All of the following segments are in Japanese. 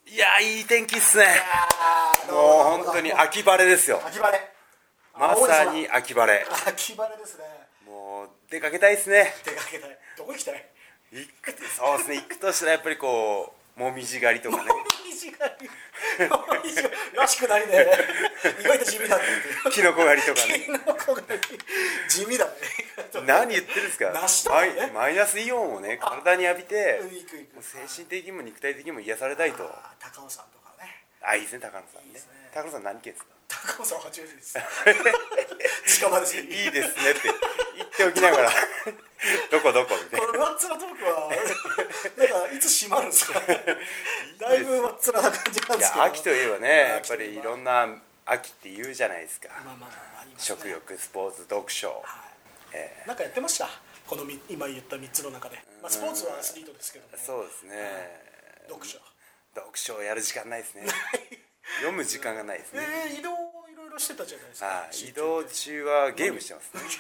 いやいい天気っすね。もう本当に秋晴れですよ。 秋晴れ。 まさに秋晴れ。 秋晴れですね。 もう出かけたいですね。 出かけたい。どこ行きたい？ そうですね。行くとしたらやっぱりこうもみじ狩りとかね。 もみじ狩りらしくないね。意外と地味だって言って。 キノコ狩りとかね。 キノコ狩り地味だね。 何言ってるんですか。 梨とかね。 マイナスイオンをね体に浴びて、 もう精神的にも肉体的にも癒されたいと。 高尾山とかね。 いいですね、高野さんね。高野さん何県ですか。 高尾山八王子です。近場です。 いいですねって言っておきながらどこみたいな。 このマッツラトークはなんかいつ閉まるんですか。だいぶマッツラな感じなんですけど。 いや秋といえばね、やっぱりいろんな秋って言うじゃないですか。食欲、スポーツ、読書。 なんかやってました。この今言った3つの中で。スポーツはアスリートですけど。 そうですね。読書をやる時間ないですね。読む時間がないですね。 移動いろいろしてたじゃないですか。 移動中はゲームしてますね。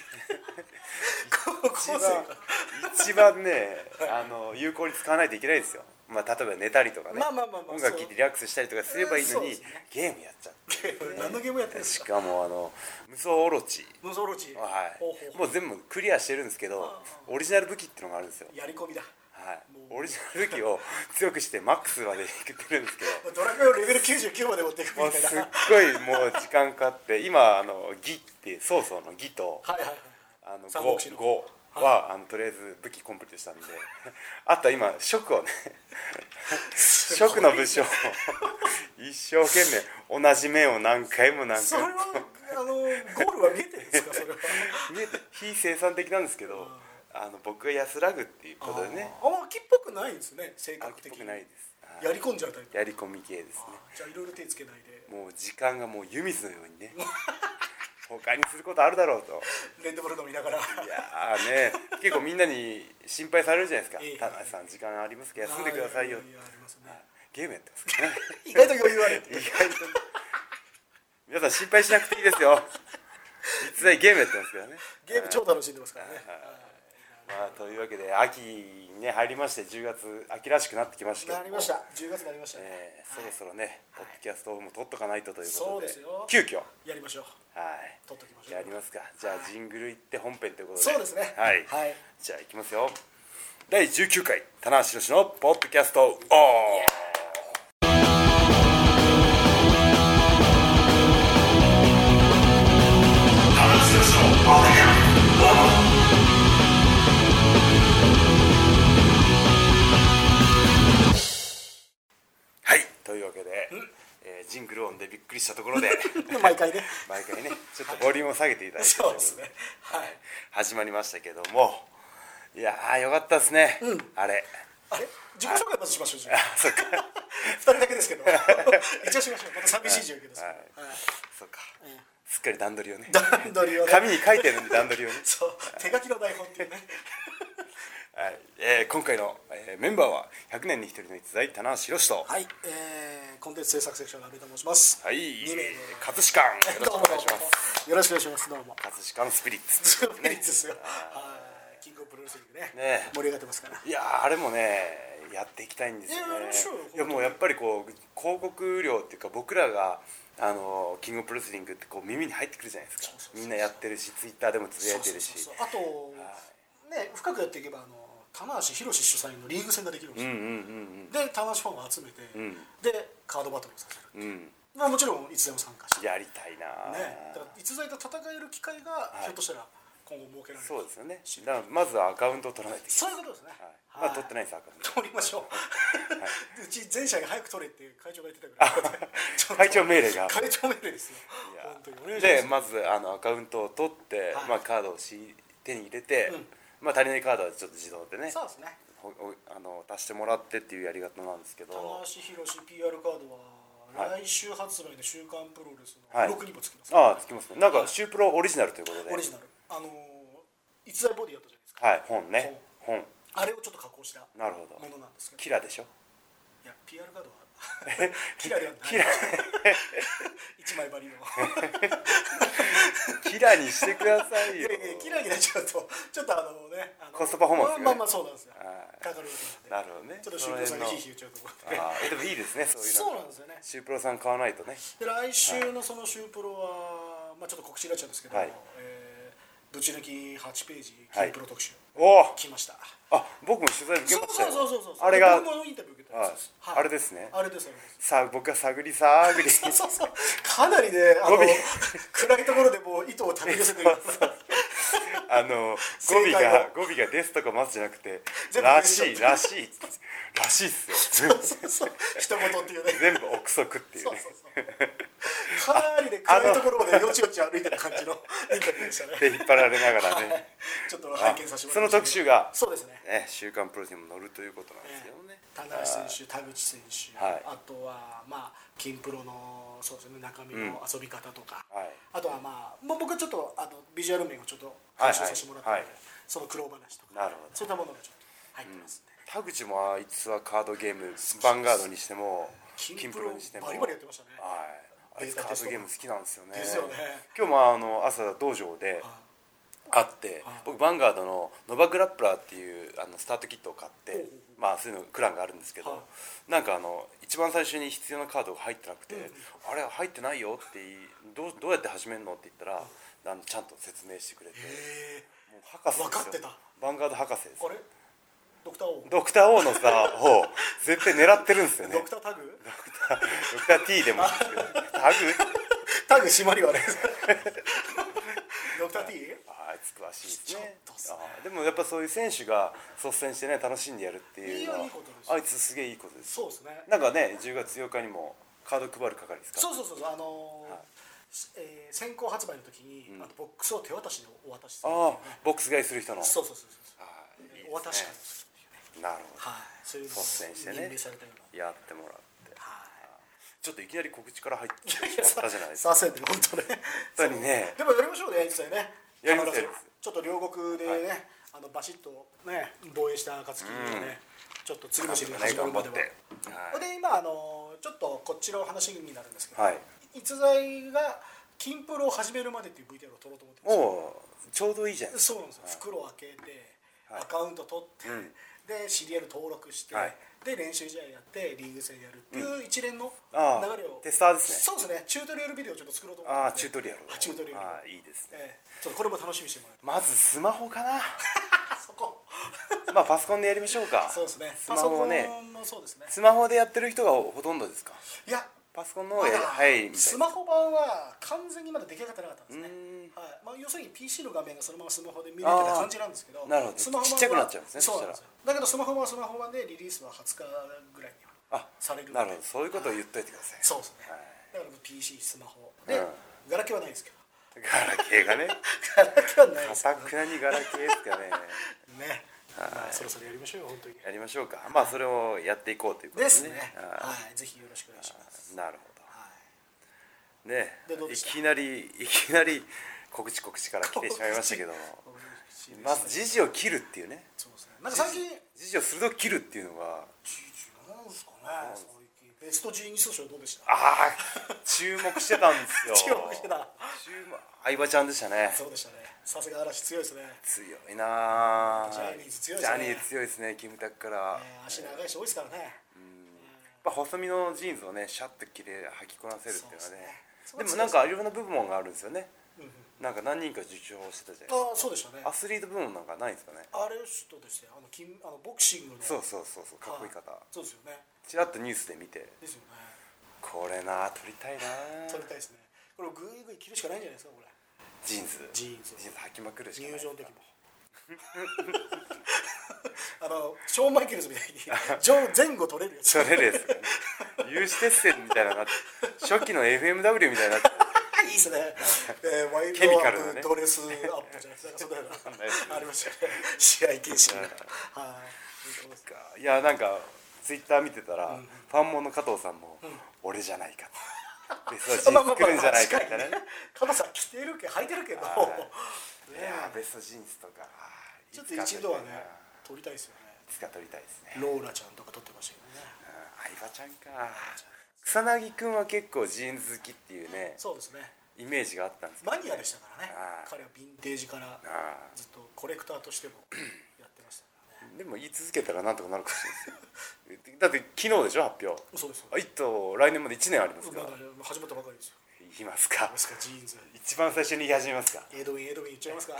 一番ね、有効に使わないといけないですよ。例えば寝たりとかね、音楽聴いてリラックスしたりとかすればいいのに、ゲームやっちゃって。 何のゲームやってるんですか。 しかも無双オロチ。 無双オロチ。 もう全部クリアしてるんですけど、オリジナル武器っていうのがあるんですよ。 やり込みだ。 オリジナル武器を強くしてマックスまでいってるんですけど、 ドラクエをレベル99まで持っていくみたいな。 すっごいもう時間かかって今ギって曹操のギと5はとりあえず武器コンプリートしたんで、あとは今蜀をね蜀の武将を一生懸命同じ面を何回もそれはゴールは見えてるんですか。それは見えて非生産的なんですけど、僕が安らぐっていうことでね。 秋っぽくないんですね、性格的に。 秋っぽくないです。 やり込んじゃうタイプ。 やり込み系ですね。 じゃあいろいろ手つけないで。 もう時間がもう湯水のようにね。他にすることあるだろうと。 レッドブル飲みながら。 いやね、結構みんなに心配されるじゃないですか。田中さん時間ありますか、休んでくださいよ。ゲームやってますからね。 意外と余裕ある。 皆さん心配しなくていいですよ。実際ゲームやってますからね。 ゲーム超楽しんでますからね。 というわけで秋にね入りまして、10月秋らしくなってきましたけど、 なりました。10月になりましたね。そろそろねポッドキャストも撮っとかないとということで、 そうですよ。 急遽やりましょう。撮っときましょう。 やりますか。じゃあジングル行って本編ということで。 そうですね。 はい。じゃあ行きますよ。第19回棚橋宏のポッドキャストオン。というわけで、ジングル音でびっくりしたところで毎回ねちょっとボリュームを下げていただいて、 そうですね、 始まりましたけども、いやーよかったですね。あれ自己紹介まずしましょう。 そうか 2人だけですけど一応しましょう。また寂しい状況です。 そうか、すっかり段取りをね、 紙に書いてるんで段取りをね、 そう手書きの台本っていうね。 今回のメンバーは100年に一人の逸材棚橋宏と、 コンテンツ制作セクションの阿部と申します。 2名葛飾よろしくお願いします。 よろしくお願いします。どうも葛飾スピリッツスピリッツですよ。キングオブプロレスリングね盛り上がってますから。 いやあれもねやっていきたいんですよね。いやもうやっぱりこう広告料っていうか、僕らがキングオブプロレスリングってこう耳に入ってくるじゃないですか。みんなやってるし、ツイッターでもつぶやいてるし、 あとね深くやっていけば棚橋宏主催のリーグ戦ができるんですよ。で棚橋ファンを集めて、でカードバトルをさせる。もちろんいつでも参加してやりたいな。 だから逸材と戦える機会がひょっとしたら今後設けられる。 そうですよね。だからまずはアカウントを取らないといけない。 そういうことですね。 取ってないです。アカウント取りましょう。うち全社が早く取れって会長が言ってたぐらい。 会長命令が。 会長命令ですよ。 でまずアカウントを取って、カードを手に入れて、足りないカードはちょっと自動でね、 そうですね、 足してもらってっていうやり方なんですけど、 棚橋宏 PR カードは来週発売の週刊プロレスの付録にもつきます。 つきますね。なんか週プロオリジナルということで。 オリジナル。逸材ボディやったじゃないですか。 本ね。 あれをちょっと加工したものなんですけど。 キラでしょ。 いや PR カードはキラではないキラ一枚針のキラにしてくださいよ。 キラになっちゃうとちょっとねコストパフォーマンスがねまあそうなんですよ。かかるわけなるほどね。 ちょっとシュープロさんにヒーヒー言っちゃうところで。 でもいいですね、そういうの。 そうなんですよね。 シュープロさん買わないとね。 で来週のそのシュープロはまあちょっと告知になっちゃうんですけど、ぶち抜き8ページキンプロ特集来ました。 僕も取材受けましたよ。 そうあれが僕もインタビュー受けたやつです。 あれですね。 あれです。 さあ僕が探り探りそうかなりね暗いところでもう糸を手繰り寄せてる語尾がですとかますじゃなくてらしいっすよ。 そう一言っていうね。 全部憶測っていうね。 かなりね暗いところまでよちよち歩いてる感じのインタビューでしたね。 で引っ張られながらね。 ちょっと拝見させてもらいました。 その特集がそうですね。 週刊プロにも載るということなんですけどね。 棚橋選手、田口選手、あとはまあキンプロのそうですね中身の遊び方とか、あとはまあ僕はちょっとビジュアル面をちょっと監修させてもらったので、その苦労話とかそういったものがちょっと入ってますね。 田口もあいつはカードゲームヴァンガードにしてもキンプロにしてもバリバリやってましたね。 あいつカードゲーム好きなんですよね。 ですよね。 今日も朝道場で会って僕ヴァンガードのノバグラップラーっていうスタートキットを買ってまあそういうのクランがあるんですけどなんか一番最初に必要なカードが入ってなくてあれ入ってないよってどうやって始めるのって言ったらちゃんと説明してくれてもう博士ですよ。 分かってた。 ヴァンガード博士です。 あれドクター O のさを絶対狙ってるんですよね。 ドクタータグドクター T でもいいんですけどタグ締まりはねドクター T？ あいつ詳しいですね。でもやっぱそういう選手が率先してね楽しんでやるっていうのはあいつすげえいいことです。 そうですね。 なんかね10月8日にもカード配る係ですか。 そう先行発売の時にボックスを手渡しでお渡しする。 ボックス買いする人のそうお渡し会をする。 なるほど。 そういうのを率先してねやってもらってちょっといきなり告知から入ってきたじゃないですか。 させんで本当ね。 本当にね。 でもやりましょうね実際ね。 やります。 ちょっと両国でねバシッとね防衛した暁にねちょっと次のシリーズ始まるまでは。で今ちょっとこっちの話になるんですけど逸材がキンプロを始めるまでっていう VTR を撮ろうと思ってます。 ちょうどいいじゃん。 そうなんですよ。袋を開けてアカウント取ってで CDL 登録してで練習試合やってリーグ戦やるっていう一連の流れをテスターですね。 そうですね。チュートリアルビデオをちょっと作ろうと思って。 チュートリアルいいですね。 ちょっとこれも楽しみにしてもらって。 まずスマホかなそこまあパソコンでやりましょうか。 そうですね。 スマホね。 そうですね。 スマホでやってる人がほとんどですか。 いやパソコンの方が早いみたいな。 スマホ版は完全にまだ出来上がってなかったんですね。要するに PC の画面がそのままスマホで見れてた感じなんですけど、 なるほど。ちっちゃくなっちゃうんですね。 そうなんですよ。だけどスマホ版はスマホ版でリリースは20日ぐらいにはされる。 なるほど。そういうことを言っといてください。 そうですね。だから PC スマホでガラケーはないですけど。 ガラケーがね。 ガラケーはないです。 かたくなにガラケーですかね。 ね。そろそろやりましょうよ本当に。 やりましょうか。まあそれをやっていこうということですね。 ぜひよろしくお願いします。 なるほど。ね、いきなり告知から来てしまいましたけども、まず時事を切るっていうね。 なんか最近時事を鋭く切るっていうのがなんですかね。ベストジーニスト賞どうでした。 注目してたんですよ。 注目してた。 相葉ちゃんでしたね。 そうでしたね。さすが嵐強いですね。 強いな。 ジャニーズ強いですね。 ジャニーズ強いですね。キムタクから足長いし多いですからね。 やっぱ細身のジーンズをねシャッと着れ履きこなせるっていうのはね。でもなんかいろんな部門があるんですよね。なんか何人か受賞してたじゃないですか。 そうでしたね。 アスリート部門なんかないんですかね。 あれ人ですよ。ボクシングの。 そうかっこいい方。 そうですよね。 ちらっとニュースで見て。 ですよね。 これな撮りたいな。 撮りたいですね。これグイグイ着るしかないんじゃないですかこれ。 ジーンズ履きまくるしかない。 入場の時も。ショーン・マイケルズみたいに前後取れるやつ。 取れるやつ。有刺鉄線みたいな初期の FMW みたいな。 いいですね。ワイルドアップドレスアップじゃないですか。そんなのありましたね。試合禁止。 いやなんかツイッター見てたらファンモンの加藤さんも俺じゃないかと。ベストジーンズ作るんじゃないかみたいなね。 加藤さん着てるけど履いてるけど。 いやベストジーンズとかちょっと一度はね撮りたいですよね。 いつか撮りたいですね。 ローラちゃんとか撮ってましたけどね。 あ相葉ちゃんか。草薙君は結構ジーンズ好きっていうね、 そうですね、 イメージがあったんですけど、 マニアでしたからね。彼はヴィンテージからずっとコレクターとしてもやってましたからね。 でも言い続けたらなんとかなるかもしれないですよだって昨日でしょ、発表。 そうです。 一頭来年まで1年ありますから。 まだ始まったばかりですよ。 言いますか。 ジーンズ一番最初に言い始めますか。 エドウィン言っちゃいますか。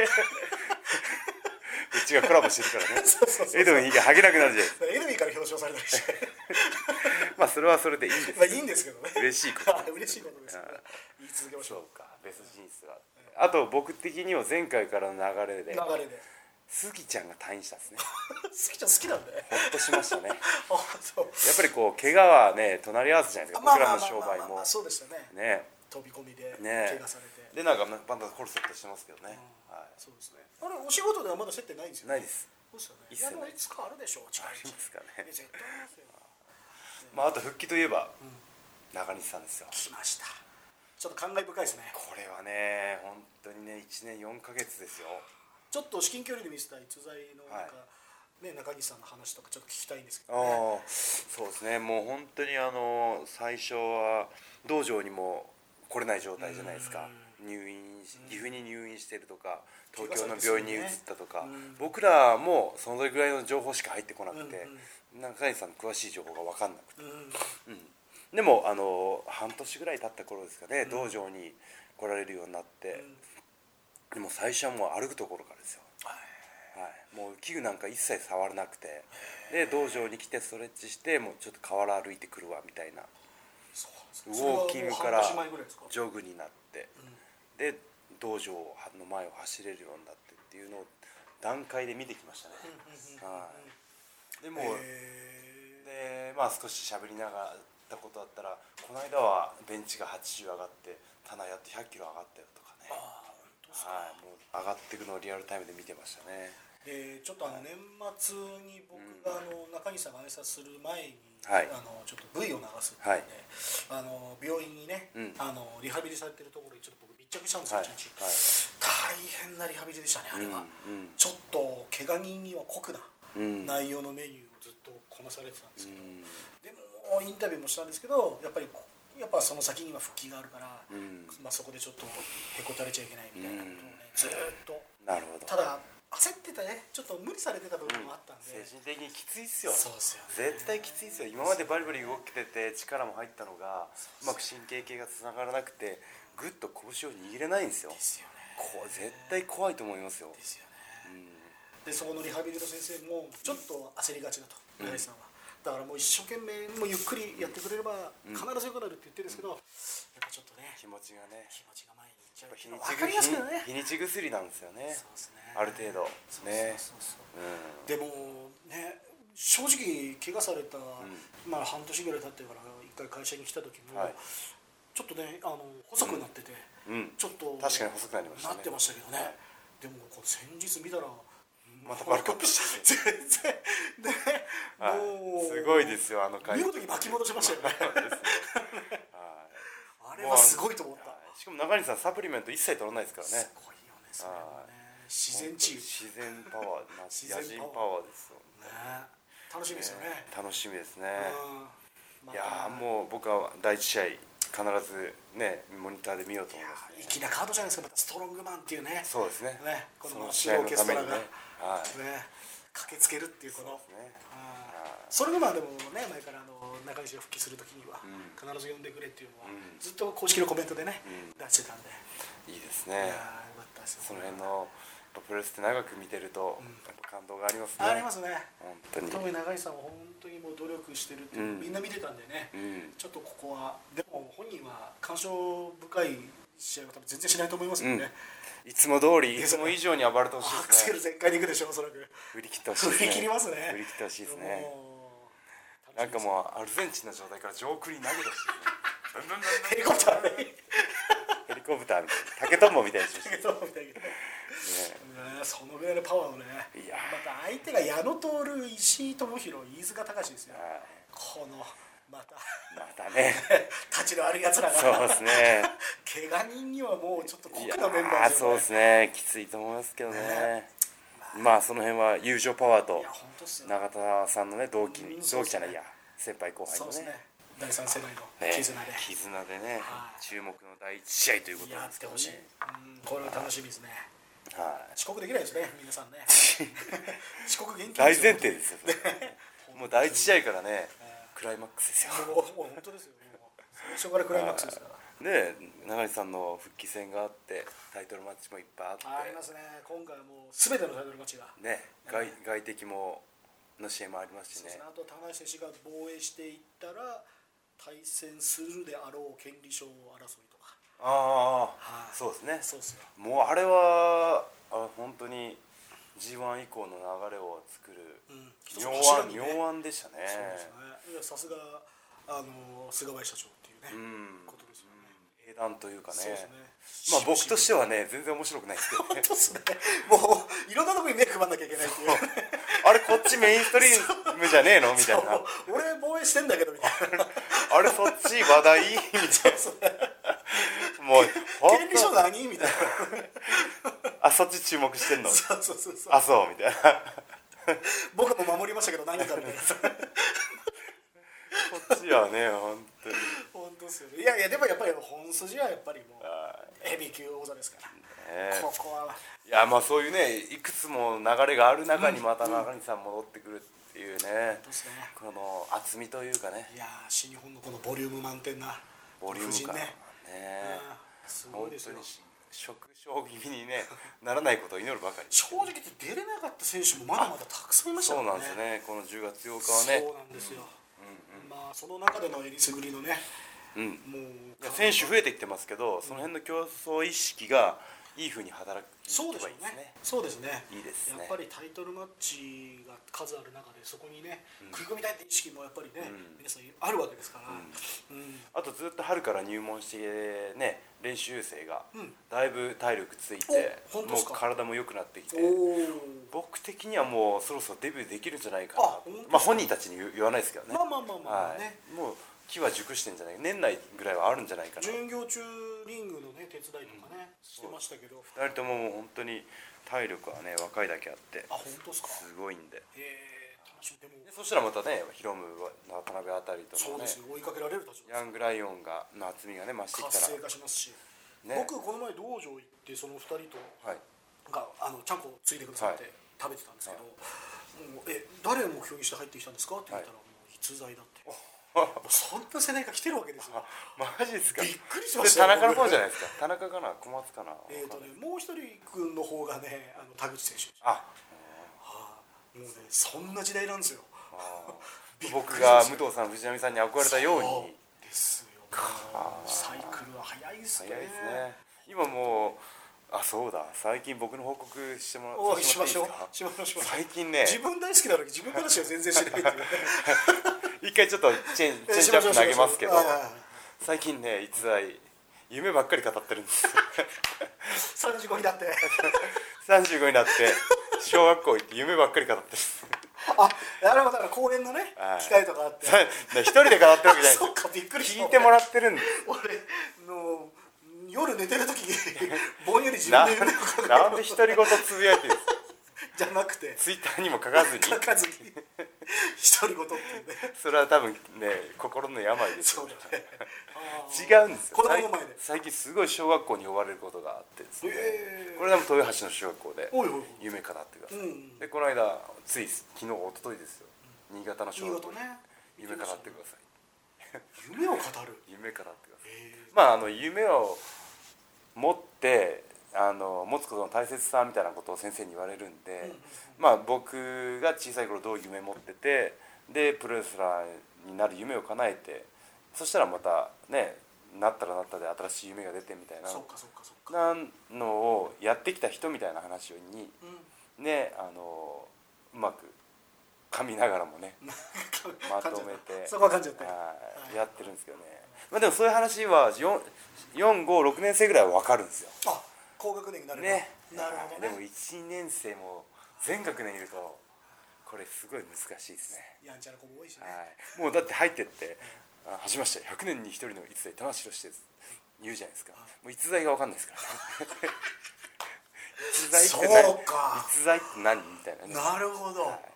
うちがコラボしてるからね。エドウィンがハゲなくなるじゃないですか。 エドウィンから表彰されたりしてまあそれはそれでいいんです。 まあいいんですけどね。 嬉しいこと。 嬉しいことですよね。言い続けましょう。 そうか、ベストジーンズが。あと僕的には前回からの流れでスギちゃんが退院したんですね。 スギちゃん好きなんでほっとしましたね。やっそうぱりこう怪我はね隣り合わせじゃないですか、僕らの商売も。 そうでしたね。 ね、 飛び込みで怪我されて、 でなんかバンドコルセットしてますけどね。 そうですね。あれお仕事ではまだ接点ないんですよね。 ないです。 そうですよね。いつかあるでしょう。 ありますかね。 絶対ありますよ。 まああと復帰といえば中西さんですよ。 来ました。ちょっと感慨深いですね。 これはね本当にね1年4ヶ月ですよ。 ちょっと至近距離で見せた逸材のなんか、ね、中西さんの話とかちょっと聞きたいんですけどね。 そうですね。もう本当に最初は道場にも来れない状態じゃないですか。岐阜に入院してるとか東京の病院に移ったとか、僕らもそのぐらいの情報しか入ってこなくて、中西さんの詳しい情報が分かんなくて、でも半年ぐらい経った頃ですかね、道場に来られるようになって、でも最初はもう歩くところからですよ。もう器具なんか一切触らなくて、で道場に来てストレッチしてもうちょっと河原歩いてくるわみたいな、ウォーキングからジョグになって、で道場の前を走れるようになってっていうのを段階で見てきましたね。でもでまあ少し喋りながらことだったら、この間はベンチが80上がって棚やって100キロ上がったよとかね。もう上がっていくのをリアルタイムで見てましたね。 ちょっと年末に僕が中西さんが挨拶する前に、ちょっと V を流すっていうので、病院にね、リハビリされてるところにちょっと僕密着したんですよ、大変なリハビリでしたね、あれは。ちょっと怪我人には酷な内容のメニューをずっとこなされてたんですけど、でもインタビューもしたんですけど、やっぱその先には復帰があるから、そこでちょっとへこたれちゃいけないみたいなことをね、ずっと。ただ焦ってたね、ちょっと無理されてた部分もあったんで、 精神的にきついっすよ。 そうですよね。 絶対きついっすよ。今までバリバリ動けてて力も入ったのがうまく神経系がつながらなくて、グッと拳を握れないんですよ。 ですよね。 絶対怖いと思いますよ。 ですよね。でそこのリハビリの先生もちょっと焦りがちだと、中西さんは。だからもう一生懸命もうゆっくりやってくれれば必ず良くなるって言ってるんですけど、やっぱちょっとね気持ちが前にいっちゃう。 分かりますけどね。 日にち薬なんですよね。 そうですね。 ある程度ね。 でもね、正直怪我された半年ぐらい経ってから一回会社に来た時もちょっとね細くなってて、ちょっと確かに細くなりましたね。 なってましたけどね。でも先日見たらまたバルカップして全然ね、 もうすごいですよ、回見事に巻き戻しましたよね。あれはすごいと思った。 しかも中西さんサプリメント一切取らないですからね。 すごいよね、それはね。自然治癒、 自然パワー、野人パワーですよね。楽しみですよね。 楽しみですね。いやもう僕は第一試合必ずねモニターで見ようと思います。 粋なカードじゃないですか。またストロングマンっていうね。 そうですね。 この試合のためにね駆けつけるっていうこの。ストロングマンでもね、前から中西が復帰するときには必ず呼んでくれっていうのはずっと公式のコメントでね出してたんで。 いいですね。その辺のプロレスって長く見てるとやっぱ感動がありますね。 ありますね。 本当に。 特に中西さんは本当にもう努力してるってみんな見てたんでね。ちょっとここはでも本人は感傷深い試合は多分全然しないと思いますよね。 いつも通りいつも以上に暴れてほしいですね。 アクセル全開でいくでしょ、おそらく。 振り切ってほしいですね。 振り切りますね。 振り切ってほしいですね。なんかもうアルゼンチンの状態から上空に投げてほしいですね。 ヘリコプターで。 ヘリコプターみたいな、竹とんぼみたいな。 竹とんぼみたいな。そのぐらいのパワーをね。また相手が矢野徹、石井智弘、飯塚隆ですよ。このまたね立ちの悪いやつらが。 そうですね。 怪我人にはもうちょっと酷なメンバーですよね。 そうですね。きついと思いますけどね。まあその辺は友情パワーと永田さんのね同期じゃないや先輩後輩のね第3世代の絆でね、注目の第1試合ということなんですけどね。やってほしい。 これは楽しみですね。遅刻できないですね、皆さんね。遅刻厳禁大前提ですよ。もう第1試合からね、クライマックスですよ。 もう本当ですよ。最初からクライマックスですから。 ね、中西さんの復帰戦があってタイトルマッチもいっぱいあって、 ありますね。今回はもう全てのタイトルマッチがね、外敵もの試合もありますしね。 あと高橋選手が防衛していったら対戦するであろう権利賞争いとか。 そうですね。 そうですよ。 もうあれは本当に G1 以降の流れを作る妙案でしたね。 そうですね。さすが菅林社長っていうね、ことですよね。 英断というかね。 そうですね。 まあ僕としてはね全然面白くないですけどね。 本当ですね。もういろんなところに目配んなきゃいけないっていう。 あれこっちメインストリームじゃねえのみたいな。 俺防衛してんだけどみたいな。 あれそっち話題みたいな。もう権利書何みたいな。そっち注目してんの。 そうみたいな。 僕も守りましたけど何かみたいな。 こっちはね本当ですよね。いやでもやっぱり本筋はやっぱりもうヘビー級王座ですから。ここはいやまあそういうねいくつも流れがある中にまた中西さん戻ってくるっていうね、この厚みというかね。 いや新日本のこのボリューム満点なボリューム感ね、 すごいですよ。 縮小気味にねならないことを祈るばかり。 正直言って出れなかった選手もまだまだたくさんいましたからね。そうなんですよね。この10月8日はね。 そうなんですよ。まあその中でのえりすぐりのね、 もう選手増えてきてますけど、その辺の競争意識がいい風に働く。 そうですね。そうですね。 いいですね。 やっぱりタイトルマッチが数ある中でそこにね食い込みたいって意識もやっぱりね皆さんあるわけですから。 あとずっと春から入門してね練習生がだいぶ体力ついて、もう体も良くなってきて、僕的にはもうそろそろデビューできるんじゃないかな。まあ本人たちに言わないですけどね。 まあね。 もう機は熟してんじゃない、年内ぐらいはあるんじゃないかな。 巡業中リングのね手伝いとかねしてましたけど、 2人とももう本当に体力はね若いだけあって、 本当ですか。 すごいんで。 楽しみ。でもそしたらまたねヒロム渡辺あたりとかね、 追いかけられる立場。 ヤングライオンの厚みがね増してきたら活性化しますし、僕この前道場行ってその2人とがちゃんこついてくださって食べてたんですけど、もう誰を目標にして入ってきたんですかって言ったらもう逸材だって。そんな世代が来てるわけですよ。 マジですか。 びっくりしましたよ。田中の方じゃないですか。田中かな、小松かな。 もう一人君の方がね田口選手。もうねそんな時代なんですよ。 僕が武藤さん藤波さんに憧れたようにですよ。サイクルは早いですね。 早いですね。今もうそうだ、最近僕の報告してもらっていいですか。最近ね、 自分大好きなのに自分話は全然しないっていうね。 一回ちょっとチェンジアップ投げますけど、最近ね逸材夢ばっかり語ってるんです。 35になって 35になって小学校行って夢ばっかり語ってる。 なるほど。公園のね機会とかあって一人で語ってるわけじゃないです。 そっか、びっくりした。 聞いてもらってるんです。 俺の夜寝てる時にぼんやり自分で夢を語る。 なんで独り言つぶやいてるんですか。 じゃなくてツイッターにも書かずに独り言っていうね。 それは多分ね心の病ですよ。違うんですよ。 子供の前で最近すごい小学校に呼ばれることがあってですね、これでも豊橋の小学校で夢語ってください。でこの間つい昨日一昨日ですよ、新潟の小学校で夢語ってください。 夢を語る。 夢語ってください。まあ夢を持って持つことの大切さみたいなことを先生に言われるんで、まあ僕が小さい頃どういう夢持ってて、でプロレスラーになる夢を叶えて、そしたらまたねなったらなったで新しい夢が出てみたいなのをやってきた人みたいな話にねうまく噛みながらもねまとめてやってるんですけどね。まあでもそういう話は4、5、6年生ぐらいは分かるんですよ。 高学年になるね。 なるほどね。 でも1年生も全学年いるとこれすごい難しいですね。 やんちゃな子も多いしね。 もうだって入ってってはじめまして100年に1人の逸材玉城氏です言うじゃないですか。もう逸材が分かんないですから逸材って何みたいなね。 なるほど。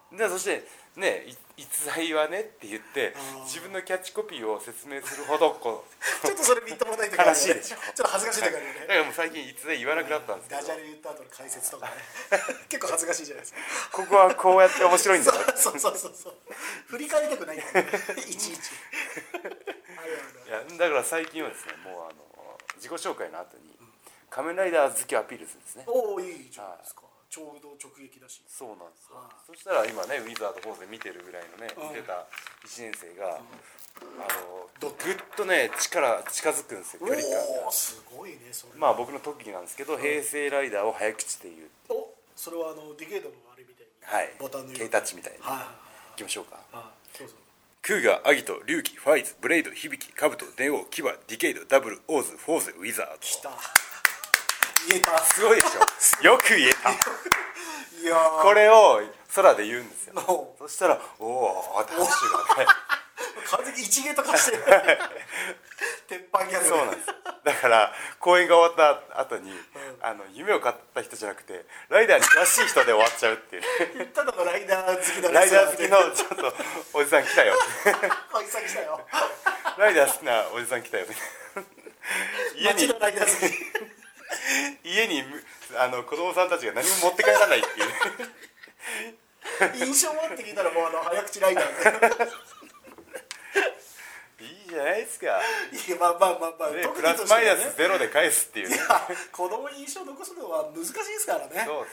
でそしてね逸材はねって言って自分のキャッチコピーを説明するほどちょっとそれみっともないと悲しいでしょ。 ちょっと恥ずかしいだからね。 だからもう最近逸材言わなくなったんですけど、 ダジャレ言った後の解説とかね結構恥ずかしいじゃないですか。 ここはこうやって面白いんだそう振り返りたくないんだよねいちいちいやだから最近はですね、もう自己紹介の後に仮面ライダー好きをアピールするんですね。 おお、いいじゃないですか。ちょうど直撃だし。 そうなんですよ。そしたら今ねウィザードフォーゼ見てるぐらいのね見てた1年生がぐっとね近づくんですよ、距離感が。 すごいねそれ。 まあ僕の特技なんですけど、平成ライダーを早口で言う。 お、それはディケードのあれみたいに、 はい、 ボタンの K タッチみたいに、いきましょうか。 そうそう。 クーガー、アギト、リュウキ、ファイズ、ブレイド、ヒビキ、カブト、電王、キバ、ディケイド、ダブル、オーズ、フォーゼ、ウィザード。 きた。言えた。 すごいでしょよく言えたいやこれを空で言うんですよ。そしたらおおダッシュがね完全に一芸と化してる鉄板ギャグ。 そうなんです。だから公演が終わった後に、夢を買った人じゃなくてライダーに詳しい人で終わっちゃうっていうただのライダー好きだね。 ライダー好きのちょっとおじさん来たよおじさん来たよライダー好きなおじさん来たよ街のライダー好き家に子供さんたちが何も持って帰らないっていう印象はって聞いたらもう早口ライダーいいじゃないですか。 いやまあ、 ね、プラスマイナスゼロで返すっていうね。 子供に印象を残すのは難しいですからね。 そうです、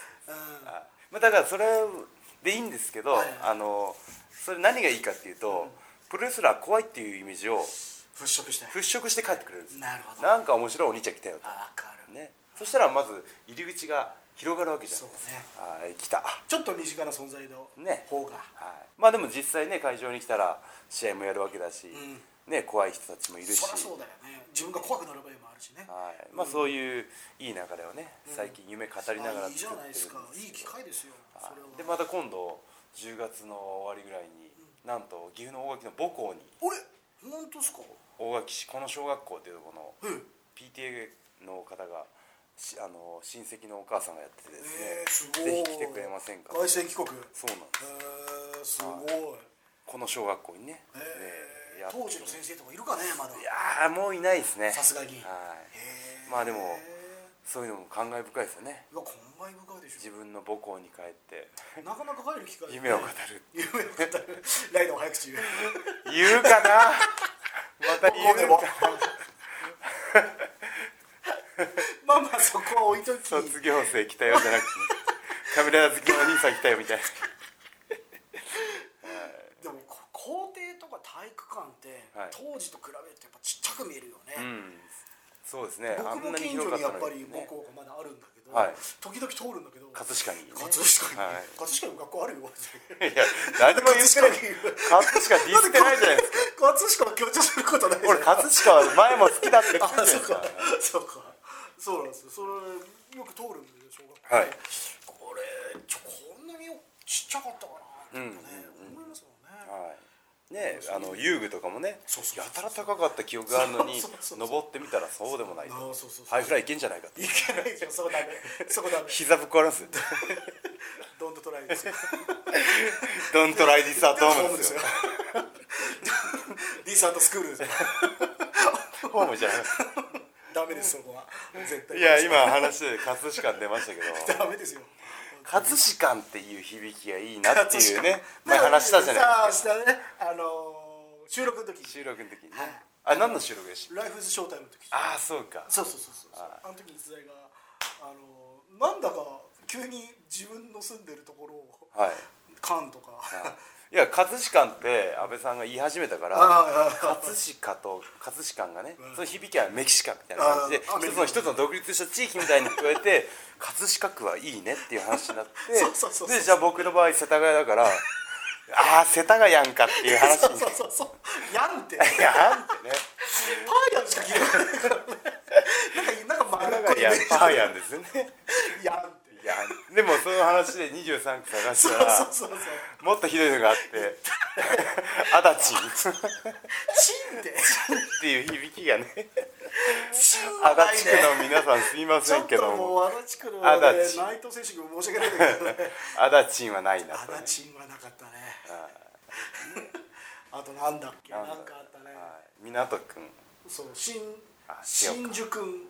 だからそれでいいんですけど、それ何がいいかっていうと、プロレスラー怖いっていうイメージを払拭して帰ってくれるんです。 なるほど。 なんか面白いお兄ちゃん来たよと。 分かるね。そしたらまず入り口が広がるわけじゃないですか。 そうね。 来た。 ちょっと身近な存在の方が。 まあでも実際ね会場に来たら試合もやるわけだし、ね怖い人たちもいるし。 そりゃそうだよね。自分が怖くなる場合もあるしね。 まあそういういい流れをね最近夢語りながらいいじゃないですか。いい機会ですよ。 でまた今度10月の終わりぐらいになんと岐阜の大垣の母校に。 本当ですか。 大垣市この小学校っていうところの PTA の方が親戚のお母さんがやっててですね、ぜひ来てくれませんか。 凱旋帰国。 そうなんです。 すごい。 この小学校にね。 当時の先生とかいるかねまだ。 いやもういないですね。 さすがに。 まあでもそういうのも感慨深いですよね。 いや感慨深いでしょ。 自分の母校に帰ってなかなか帰る機会。 夢を語る。 ライダーを早口言うかな。また言うかな。 まあそこは置いとき。 卒業生来たよじゃなくて、カメラ好きのお兄さん来たよみたいな。 でも校庭とか体育館って当時と比べるとやっぱちっちゃく見えるよね。 そうですね。 僕も近所にやっぱり母校がまだあるんだけど、時々通るんだけど。 葛飾に。 葛飾に学校あるよ。 いや何も言ってない。葛飾ディスってないじゃないですか。 葛飾を強調することない。 俺葛飾は前も好きだって言ってたじゃないですか。 そうなんですよ。それよく通るんだよ小学校。これこんなにちっちゃかったかなって思いますもんね。 ね遊具とかもねやたら高かった記憶があるのに登ってみたらそうでもないと。ハイフライいけんじゃないかって。 いけないじゃん。そこダメ。 膝ぶっ壊らす。 ドントトライですよ。 ドントライディスアットホームですよ。 ディスアットスクールですよ。 ホームじゃない。 ダメですそこは絶対。 いや今話で葛飾出ましたけど。 ダメですよ。 葛飾っていう響きがいいなっていうね前話したじゃないですか。 収録の時にね。何の収録でした。 ライフズショータイムの時。 そうか。 そうあの時逸材がなんだか急に自分の住んでるところを缶とか。 いや葛飾って安倍さんが言い始めたから葛飾がねその響きはメキシカンみたいな感じで一つの独立した地域みたいに聞こえて葛飾区はいいねっていう話になってでじゃあ僕の場合世田谷だから世田谷やんかっていう話にやんってねパーヤンしか聞いてないからね。なんか丸っこいね。 パーヤンですよね。 やんでもその話で23区探したらもっとひどいのがあって足立チンっていう響きがね足立区の皆さんすいませんけども、 もう足立区の、ね、内藤選手君申し訳ないんだけどね足立はないなと、 ね、足立はなかったねあとなんだっけ、なんかあったね、 港くん、 そう、新宿くん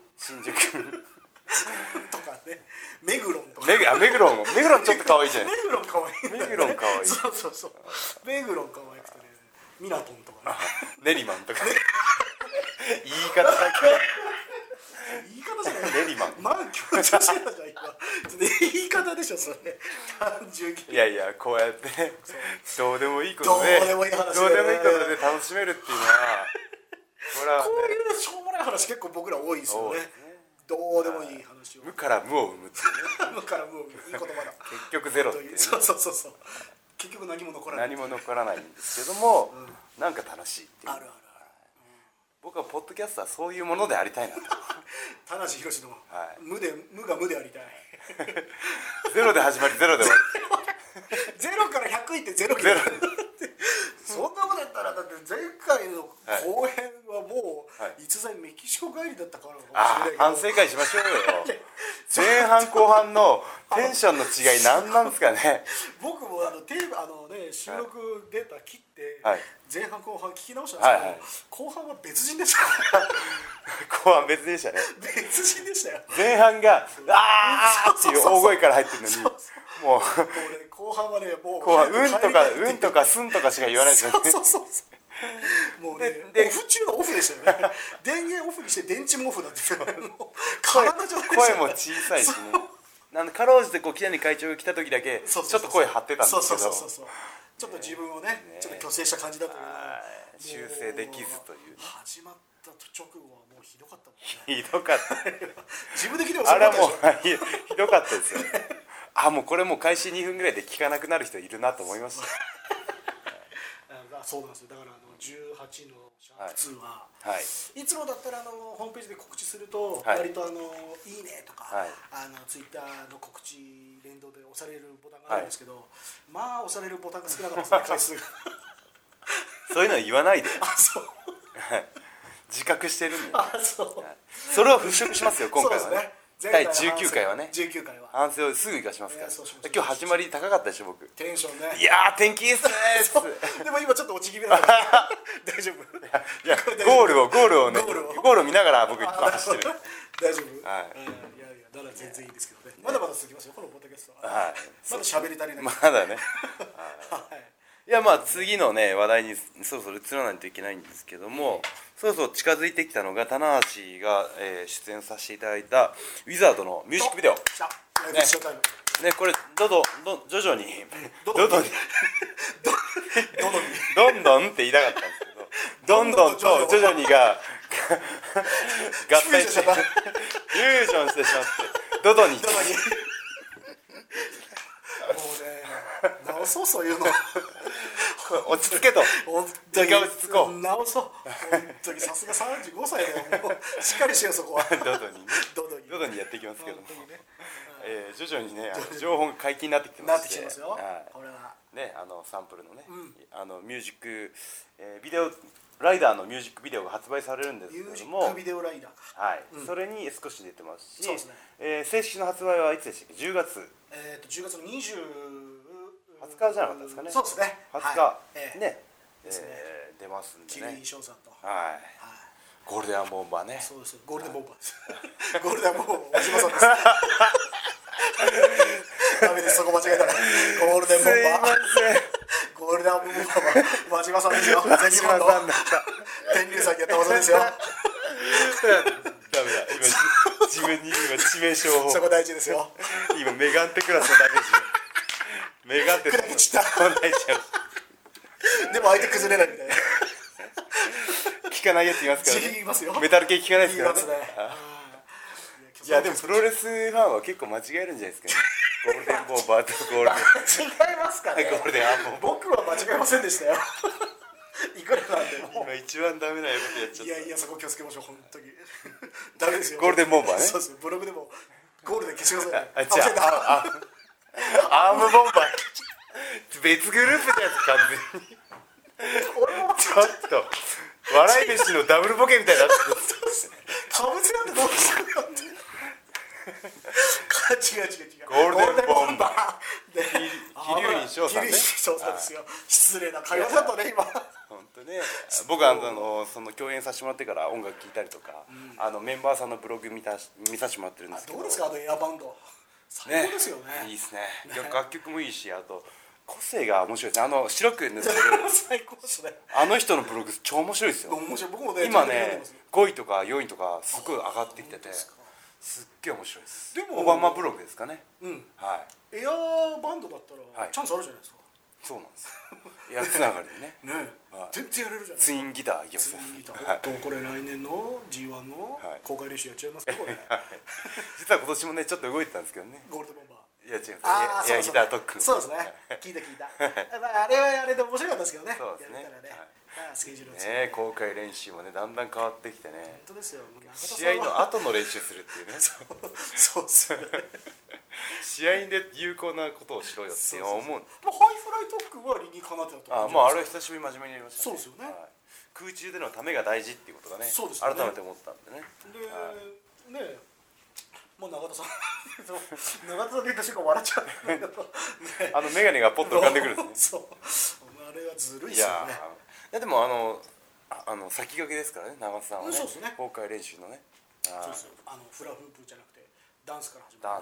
とかね、メグロンとか、 メグロンちょっと可愛いじゃない。 メグロン可愛い、 メグロン可愛い。 そうメグロン可愛くてね、ミナトンとかね、 ネリマンとかね言い方だけ言い方じゃない、 ネリマン、 まあ強調してたじゃん今言い方でしょそれ、単純に。 いやこうやってね、どうでもいいことで楽しめるっていうのはこれは、ね、 こういうしょうもない話結構僕ら多いですよね。どうでもいい話を、 無から無を生むっていうね無から無を生む、いい言葉だ結局ゼロっていう、ね、 そう結局何も残らないんですけども、なんか楽しいっていう、 ある僕はポッドキャストはそういうものでありたいなと田無宏の、無が無でありたいゼロで始まりゼロで終わるゼロから100いってゼロになるそんなことやったらだって前回の後編はもう逸材メキシコ帰りだったからかもしれないけど、 反省会しましょうよ前半後半のテンションの違い何なんですかね僕も収録データ切って前半後半聞き直したんですけど、後半は別人でした後半別人でしたね。 別人でしたよ。 前半があーっていう大声から入ってるのに、もう後半はね、もう後半うんとかすんとかしか言わないですよね。 そうもうね、オフ中のオフでしたよね。電源オフにして電池もオフだって体じゃないですよね。 声も小さいしね。かろうじて木谷会長が来た時だけちょっと声張ってたんですけど、 ちょっと自分をね、ちょっと虚勢した感じだったけど、 修正できずという。 始まった直後はもうひどかったもんね。ひどかった。 自分で聞いてもあれはもうひどかったですよ。もうこれもう開始2分ぐらいで聞かなくなる人いるなと思いました。 そうなんですよ。だから18のシャープ2はいつもだったらホームページで告知すると割といいねとかツイッターの告知連動で押されるボタンがあるんですけど、まあ押されるボタンが少なかったですね、回数が。 そういうのは言わないで。 そう。 自覚してるんで。それを払拭しますよ今回はね。第19回はね、反省をすぐ生かしますから。今日始まり高かったでしょ僕。 テンションね。 いやー天気いいっすねでも今ちょっと落ち気味だから大丈夫。 いやゴールを見ながら僕今走ってる。 大丈夫。いやだから全然いいですけどね。まだまだ続きますよこのポッドキャストは。まだ喋り足りない。 まだね。いや次のね話題にそろそろ移らないといけないんですけども、そろそろ近づいてきたのが棚橋が出演させていただいたウィザードのミュージックビデオね、これ徐々にどんどんって言いたかったんですけど、どんどんと徐々にが合体してフュージョンしてしまってドドに直そういうの落ち着けと本当に落ち着こう直そう本当にさすが35歳だよもうしっかりしようそこはドドにやっていきますけども、徐々にね情報が解禁になってきてまして、 これはねサンプルのねミュージックビデオライダーのミュージックビデオが発売されるんですけども、ミュージックビデオライダーか、それに少し出てますし、正式な発売はいつでしたっけ？10月 10月の20日じゃなかったですかね。 そうですね。 20日ね出ますんでね。 桐井翔さんとゴールデンボンバーね。 そうです。ゴールデンボンバーです。ゴールデンボンバー小島さんです。ダメです、そこ間違えたらゴールデンボンバーゴールデンボンバーは真島さんですよ。全日本の天竜祭でやった技ですよ。 ダメだ、今自分に致命傷を。 そこ大事ですよ。 今メガンテクラスのダメージメガンテ砕け散ったでも相手崩れないみたいな。 効かないやついますからね。 言いますよ。 メタル系効かないですからね。いやでもプロレスファンは結構間違えるんじゃないですかね。ゴールデンボンバーとゴールデン間違えますかね。 ゴールデンアンボンバー。 僕は間違えませんでしたよ。いくらなんでも。 今一番ダメなことやっちゃった。 いやそこ気をつけましょう本当に。ダメですよ。 ゴールデンボンバーね。 そうです。ブログでもゴールデン消してください。 じゃあアームボンバー別グループのやつ完全に。ちょっと笑い飯のダブルボケみたいになってる。 パブツなんてどうしたのって。違うゴールデンボンバーで桐生翔さんね。 そうですよ。失礼な会話だとね今。 本当ね。僕はその共演させてもらってから音楽聴いたりとか、メンバーさんのブログ見させてもらってるんですけど。 どうですかエアバンド。最高ですよね。 いいですね。楽曲もいいし、あと個性が面白いですね。白く塗ってる最高ですね。 人のブログ超面白いですよ。 面白い。僕もね今ね5位とか4位とかすごい上がってきてて。すっげえ面白いです。でもオバマブログですかね。 はい。エアバンドだったらチャンスあるじゃないですか。 そうなんですよ。エアつながりでね。 全然やれるじゃない。 ツインギターいきます。 これ来年の G1 の公開練習やっちゃいますかこれ。 実は今年もねちょっと動いてたんですけどね。 ゴールドボンバー。 いや違う。エアギター特訓。 そうですね。聞いた。あれはあれで面白かったですけどね。 そうですね。 スケジュール公開練習もねだんだん変わってきてね。 本当ですよ。 試合の後の練習するっていうね。 そうですね。 試合で有効なことをしろよって思う。 ハイフライ特訓は理にかなってたと思う。 あれ久しぶりに真面目にやりました。 そうですよね。 空中でのためが大事っていうことがね改めて思ったんでね。 でねもう永田さんで言った瞬間笑っちゃう。 メガネがポッと浮かんでくるんですね。 そうあれはずるいですよね。 いやでも先駆けですからね永田さんはね。 そうですね。 公開練習のね。 そうですよ。フラフープじゃなくてダンスから始ま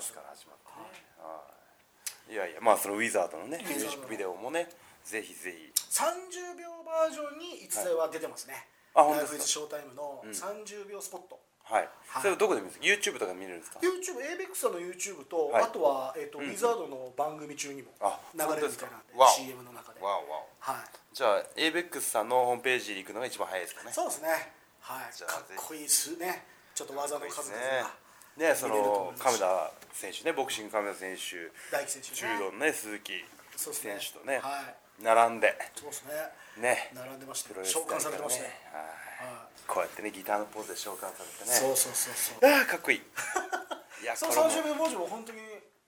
ってね。いやまあそのウィザードのねミュージックビデオもねぜひぜひ。 30秒バージョンに逸材は出てますね。 ライフイズショータイムの30秒スポット。 はい。それはどこで見るんですか？ YouTube とか見れるんですか？ ABEX さんの YouTube と、あとはウィザードの番組中にも流れるみたいなんで CM の中で。 じゃあ ABEX さんのホームページに行くのが一番早いですかね。 そうですね。はい。かっこいいですね。ちょっと技の数々がね、その亀田選手ね、ボクシング亀田選手、 大輝選手、 柔道のね鈴木選手とね並んで、 そうですね。並んでました。召喚されてましたね。 こうやってねギターのポーズで召喚されてね。 そう。 ああかっこいい。 その30秒バージョンは本当に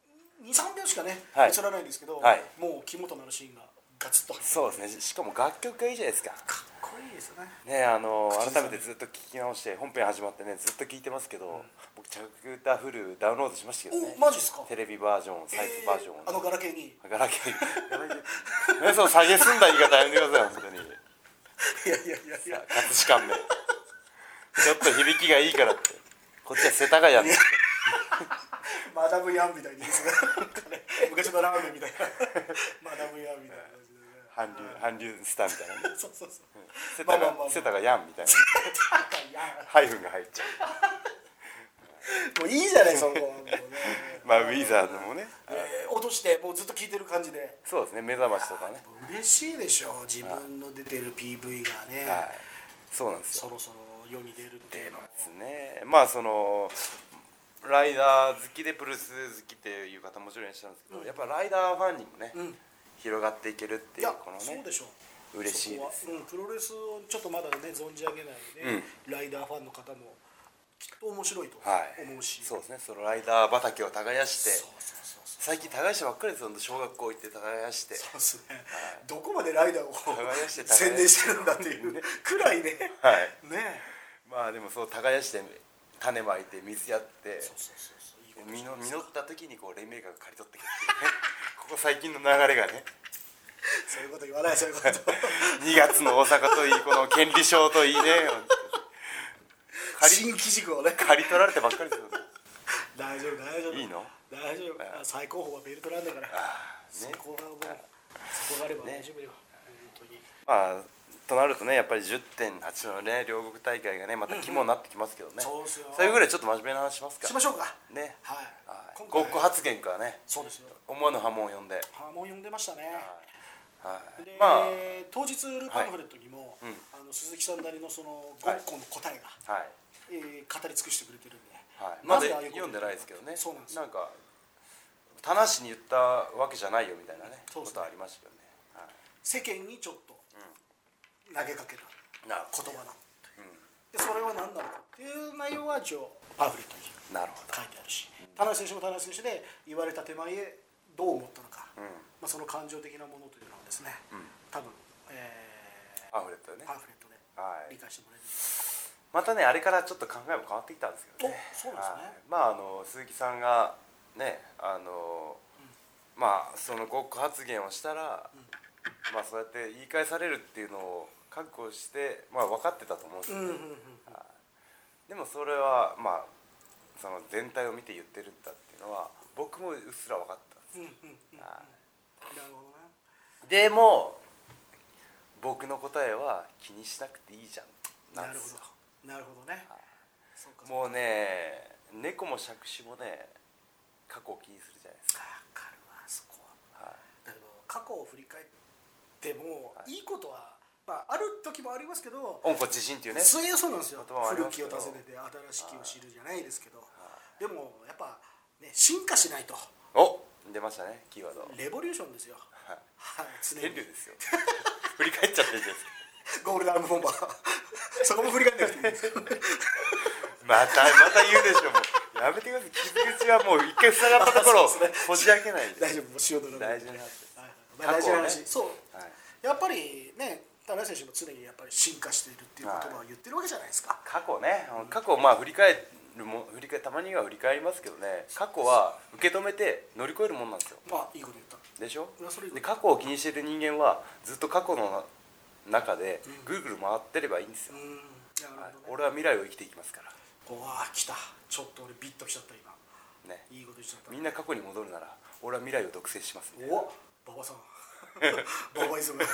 2、3秒しかね映らないんですけど、もう肝となるシーンがガツッと。 そうですね。しかも楽曲がいいじゃないですか。 かっこいいですね。 ね改めてずっと聞き直して本編始まってねずっと聞いてますけど、僕着歌フルダウンロードしましたけどね。 マジですか？ テレビバージョン、サイズバージョン。 ガラケーに。 ガラケー。ね、そう下げすんだ言い方やめてください本当に。 いや。 葛飾名。ちょっと響きがいいからって。こっちは世田谷って。 マダムヤンみたいにですね。昔のラーメンみたいな。マダムヤンみたいな感じでね。 韓流スターみたいなね。 そう。 世田がヤンみたいな。ハイフンが入っちゃう。もういいじゃないそこ。 まあウィザードもね。 落としてもうずっと聴いてる感じで。 そうですね。目覚ましとかね。 嬉しいでしょ自分の出てる PV がね。 そうなんですよ。 そろそろ世に出るっていうのですね。まあそのライダー好きでプルース好きっていう方もちろんいらっしゃるんですけど、やっぱライダーファンにもね広がっていけるっていうこのね。 そうでしょう。 嬉しいです。 プロレスをちょっとまだね存じ上げないねライダーファンの方もきっと面白いと思うし。 そうですね。そのライダー畑を耕して。最近耕してばっかりですよ。小学校行って耕して。 そうですね。どこまでライダーを宣伝してるんだっていうくらいね。ね。 まあでもそう耕して種まいて水やって実った時にこうレミレカが刈り取ってくるっていうね。ここ最近の流れがね。 そういうこと言わないそういうこと。 2月の大阪といいこの権利書といいね。 新機軸をね刈り取られてばっかりですよ。 大丈夫。 いいの？ 大丈夫。最高峰はベルトなんだから。そこがあれば大丈夫よ。 まあとなるとねやっぱり 10.8 のね両国大会がねまた肝になってきますけどね。そういうぐらいちょっと真面目な話しますか。 しましょうか。 ね。ごっこ発言からね。 そうですよ。 思わぬ波紋を呼んで。 波紋呼んでましたね。で当日ルパンフレットにも鈴木さんなりのそのごっこの答えが語り尽くしてくれてるんで。 まだ読んでないですけどね。 そうなんです。 なんか田無に言ったわけじゃないよみたいなねことありましたよね。 世間にちょっと投げかける言葉なの。でそれは何なのかっていう内容は一応パンフレットに書いてあるし、田中選手も田中選手で言われた手前へどう思ったのか、その感情的なものというのをですね、多分パンフレットで理解してもらえる。 またねあれからちょっと考えも変わってきたんですけどね。 そうですね。 鈴木さんがねその極発言をしたら、そうやって言い返されるっていうのを覚悟して分かってたと思うんですよね。でもそれはその全体を見て言ってるんだっていうのは僕もうっすら分かったんです。なるほどね。でも僕の答えは気にしなくていいじゃんなんですよ。 なるほどね。 もうね猫も杓子もね過去を気にするじゃないですか。 分かるわそこは。だけど過去を振り返ってもいいことはある時もありますけど、 温故知新っていうね。 そうなんですよ。古きを訪ねて新しきを知るじゃないですけど、でもやっぱね進化しないと。 出ましたねキーワード。 レボリューションですよ。 天竜ですよ。振り返っちゃってるじゃないですか。 ゴールドアームボンバー。そこも振り返ってなくていいですよ。 また言うでしょ。もうやめてください。傷口はもう一回塞がったところをこじ開けないで。 大丈夫。塩泥大事な大事な話。そう。やっぱりね田中選手も常にやっぱり進化しているっていう言葉を言ってるわけじゃないですか。 過去ね過去振り返るたまには振り返りますけどね、過去は受け止めて乗り越えるもんなんですよ。 いいこと言ったでしょ。で過去を気にしている人間はずっと過去の中でぐるぐる回ってればいいんですよ。俺は未来を生きていきますから。 来た。ちょっと俺ビッときちゃった今ね。いいこと言っちゃった。 みんな過去に戻るなら俺は未来を独占しますね。 馬場さん馬場イズム。ゴ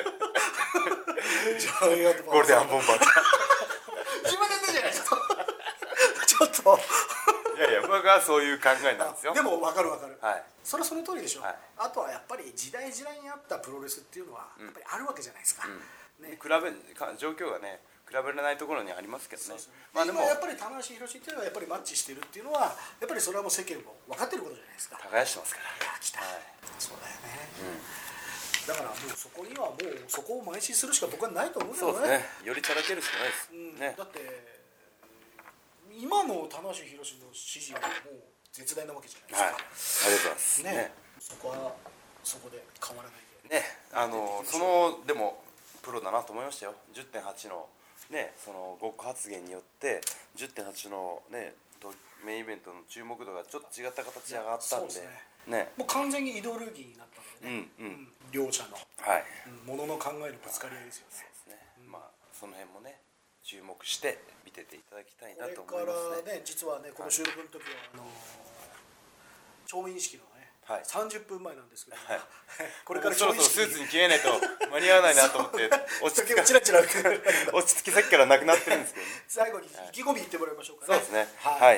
ールデンアンボンバー自分で言ったじゃないですか。ちょっといや僕はそういう考えなんですよ。 でも分かる。それはその通りでしょ。あとはやっぱり時代に合ったプロレスっていうのはやっぱりあるわけじゃないですか。 状況がね比べられないところにありますけどね。 でもやっぱり棚橋宏っていうのはやっぱりマッチしてるっていうのはやっぱりそれはもう世間も分かってることじゃないですか。 耕してますから。 来た。そうだよね。だからもうそこにはもうそこを邁進するしか僕はないと思うんだよね。 そうですね。よりチャラけるしかないです。 だって今の棚橋宏の支持はもう絶大なわけじゃないですか。 ありがとうございますね。 そこはそこで変わらないでね。でもプロだなと思いましたよ。 10.8 のねその極発言によって 10.8 のねメインイベントの注目度がちょっと違った形で上がったんでね。 もう完全にイドルギーになったのでね。両者のものの考えるぶつかり合いですよね。 そうですね。その辺もね注目して見てていただきたいなと思いますね。 これからね実はねこの収録の時は調印式のね30分前なんですけど、これからそろそろスーツに着替えないと間に合わないなと思って落ち着きさっきからなくなってるんですけどね。 最後に意気込み言ってもらいましょうかね。 そうですね。はい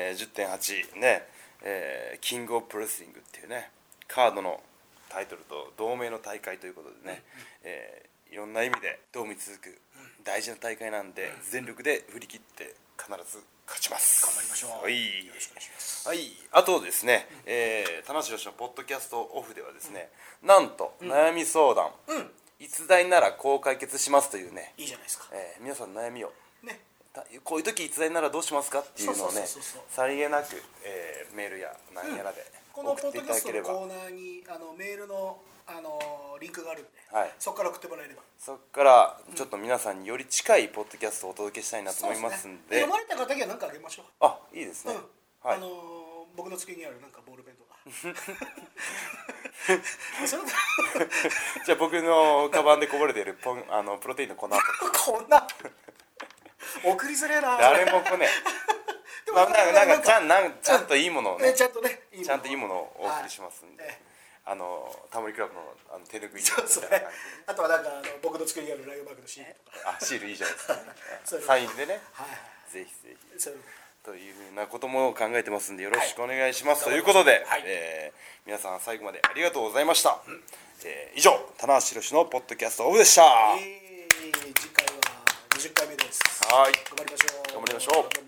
、10.8 ね、キングオブプロレスリングっていうねカードのタイトルと同名の大会ということでね、いろんな意味で同味続く大事な大会なんで全力で振り切って必ず勝ちます。 頑張りましょう。よろしくお願いします。 あとですね、棚橋宏のポッドキャストオフではですね、なんと悩み相談、逸材ならこう解決しますというね、 いいじゃないですか。 皆さんの悩みをね、こういう時逸材ならどうしますかっていうのをね、さりげなくメールや何やらで送っていただければ、 このポッドキャストのコーナーにメールのリンクがあるんで、そこから送ってもらえれば、 そこからちょっと皆さんにより近いポッドキャストをお届けしたいなと思いますんで、 読まれた方には何かあげましょう。 いいですね。 僕の机にあるなんかボールペンとかじゃあ僕のカバンでこぼれているプロテインの粉とか送りづれえな。 誰も来ねえ。なんかちゃんといいものをね、 ちゃんといいものをお送りしますんで、タモリクラブの手ぬぐいとか、 あとはなんか僕の机にあるライオンマークのシールとか、 シールいいじゃないですか。サインでね、ぜひぜひというふうなことも考えてますんでよろしくお願いします。ということで皆さん最後までありがとうございました。以上棚橋宏のポッドキャストオフでした。 次回は20回目です。 頑張りましょう。 頑張りましょう。